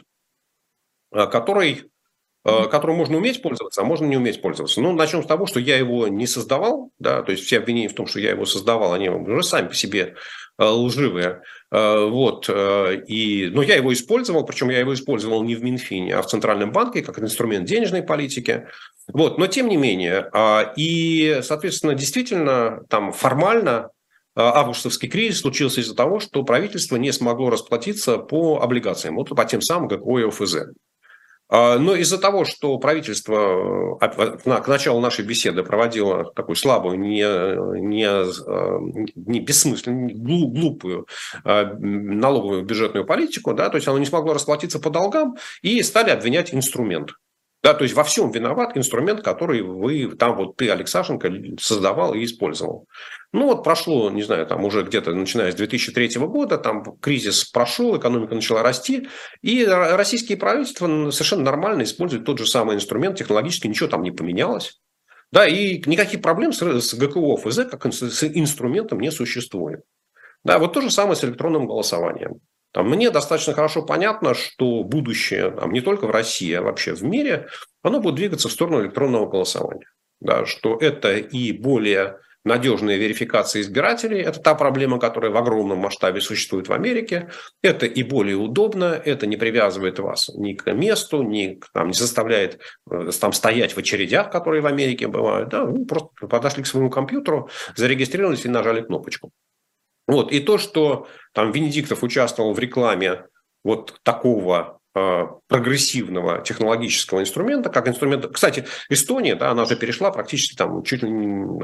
которым можно уметь пользоваться, а можно не уметь пользоваться. Ну, начнем с того, что я его не создавал, да, то есть все обвинения в том, что я его создавал, они уже сами по себе лживые. Но я его использовал, причем я его использовал не в Минфине, а в Центральном банке, как инструмент денежной политики. Но тем не менее, и, соответственно, действительно, там формально августовский кризис случился из-за того, что правительство не смогло расплатиться по облигациям, вот по тем самым ГКО и ОФЗ. Но из-за того, что правительство к началу нашей беседы проводило такую слабую, не бессмысленную, глупую налоговую бюджетную политику, да, то есть оно не смогло расплатиться по долгам, и стали обвинять инструмент. Да, то есть во всем виноват инструмент, который ты, Алексашенко, создавал и использовал. Ну вот прошло, не знаю, там уже где-то начиная с 2003 года, там кризис прошел, экономика начала расти, и российские правительства совершенно нормально используют тот же самый инструмент, технологически ничего там не поменялось. Да, и никаких проблем с ГКО ФЗ как с инструментом не существует. Да, вот то же самое с электронным голосованием. Мне достаточно хорошо понятно, что будущее не только в России, а вообще в мире, оно будет двигаться в сторону электронного голосования. Да, что это и более надежная верификация избирателей, это та проблема, которая в огромном масштабе существует в Америке, это и более удобно, это не привязывает вас ни к месту, не заставляет стоять в очередях, которые в Америке бывают. Да, вы просто подошли к своему компьютеру, зарегистрировались и нажали кнопочку. И то, что Венедиктов участвовал в рекламе вот такого прогрессивного технологического инструмента, как инструмент. Кстати, Эстония, да, она уже перешла практически чуть ли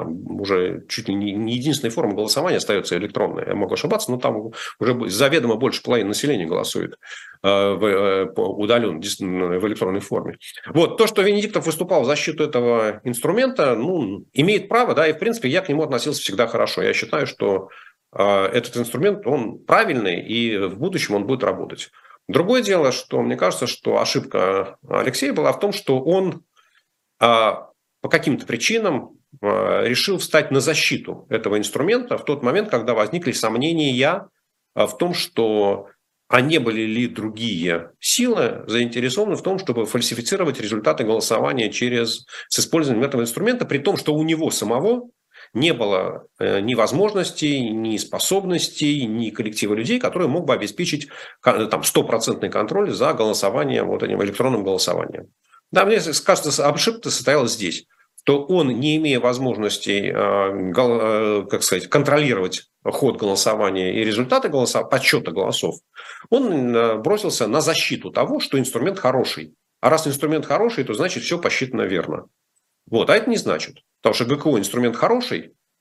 не единственной формой голосования остается электронная. Я могу ошибаться, но там уже заведомо больше половины населения голосует удаленно, в электронной форме. То, что Венедиктов выступал в защиту этого инструмента, имеет право, да, и в принципе я к нему относился всегда хорошо. Я считаю, что этот инструмент, он правильный, и в будущем он будет работать. Другое дело, что мне кажется, что ошибка Алексея была в том, что он по каким-то причинам решил встать на защиту этого инструмента в тот момент, когда возникли сомнения в том, что не были ли другие силы заинтересованы в том, чтобы фальсифицировать результаты голосования с использованием этого инструмента, при том, что у него самого не было ни возможностей, ни способностей, ни коллектива людей, которые мог бы обеспечить стопроцентный контроль за голосованием, этим электронным голосованием. Да, мне кажется, ошибка состоялась здесь, что он, не имея возможностей, контролировать ход голосования и результаты подсчета голосов, он бросился на защиту того, что инструмент хороший. А раз инструмент хороший, то значит все посчитано верно. А это не значит. Потому что ГКО инструмент хороший,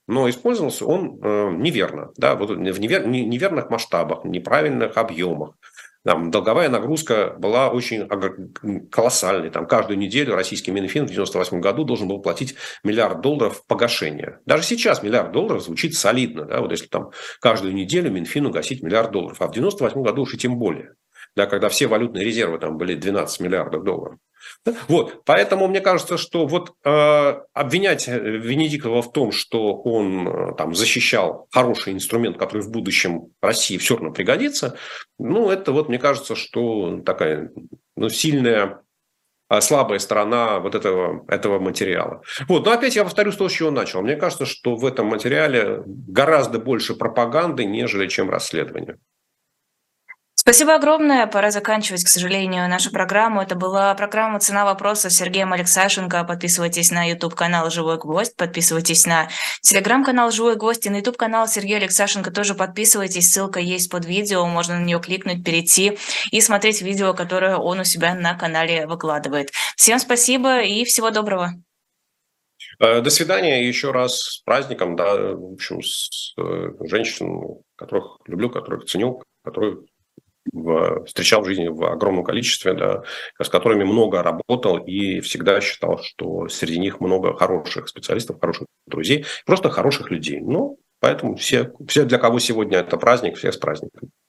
но использовался он неверно, да, вот в неверных масштабах, неправильных объемах. Там долговая нагрузка была очень колоссальной. Там каждую неделю российский Минфин в 1998 году должен был платить $1 миллиард погашения. Даже сейчас $1 миллиард звучит солидно. Да? Вот если там каждую неделю Минфину гасить $1 миллиард. А в 1998 году уж и тем более. Да, когда все валютные резервы там были $12 миллиардов. Вот, поэтому мне кажется, что вот обвинять Венедиктова в том, что он там защищал хороший инструмент, который в будущем России все равно пригодится, ну, это вот, мне кажется, что такая сильная, слабая сторона вот этого материала. Вот, но опять я повторюсь то, с чего начал. Мне кажется, что в этом материале гораздо больше пропаганды, нежели чем расследования. Спасибо огромное. Пора заканчивать, к сожалению, нашу программу. Это была программа «Цена вопроса» с Сергеем Алексашенко. Подписывайтесь на YouTube-канал «Живой гвоздь», подписывайтесь на телеграм-канал «Живой гвоздь» и на YouTube-канал Сергея Алексашенко тоже подписывайтесь. Ссылка есть под видео, можно на нее кликнуть, перейти и смотреть видео, которое он у себя на канале выкладывает. Всем спасибо и всего доброго. До свидания. Еще раз с праздником. Да, в общем, с женщин, которых люблю, которых ценю, которых встречал в жизни в огромном количестве, да, с которыми много работал и всегда считал, что среди них много хороших специалистов, хороших друзей, просто хороших людей. Ну, поэтому все, для кого сегодня это праздник, все с праздником.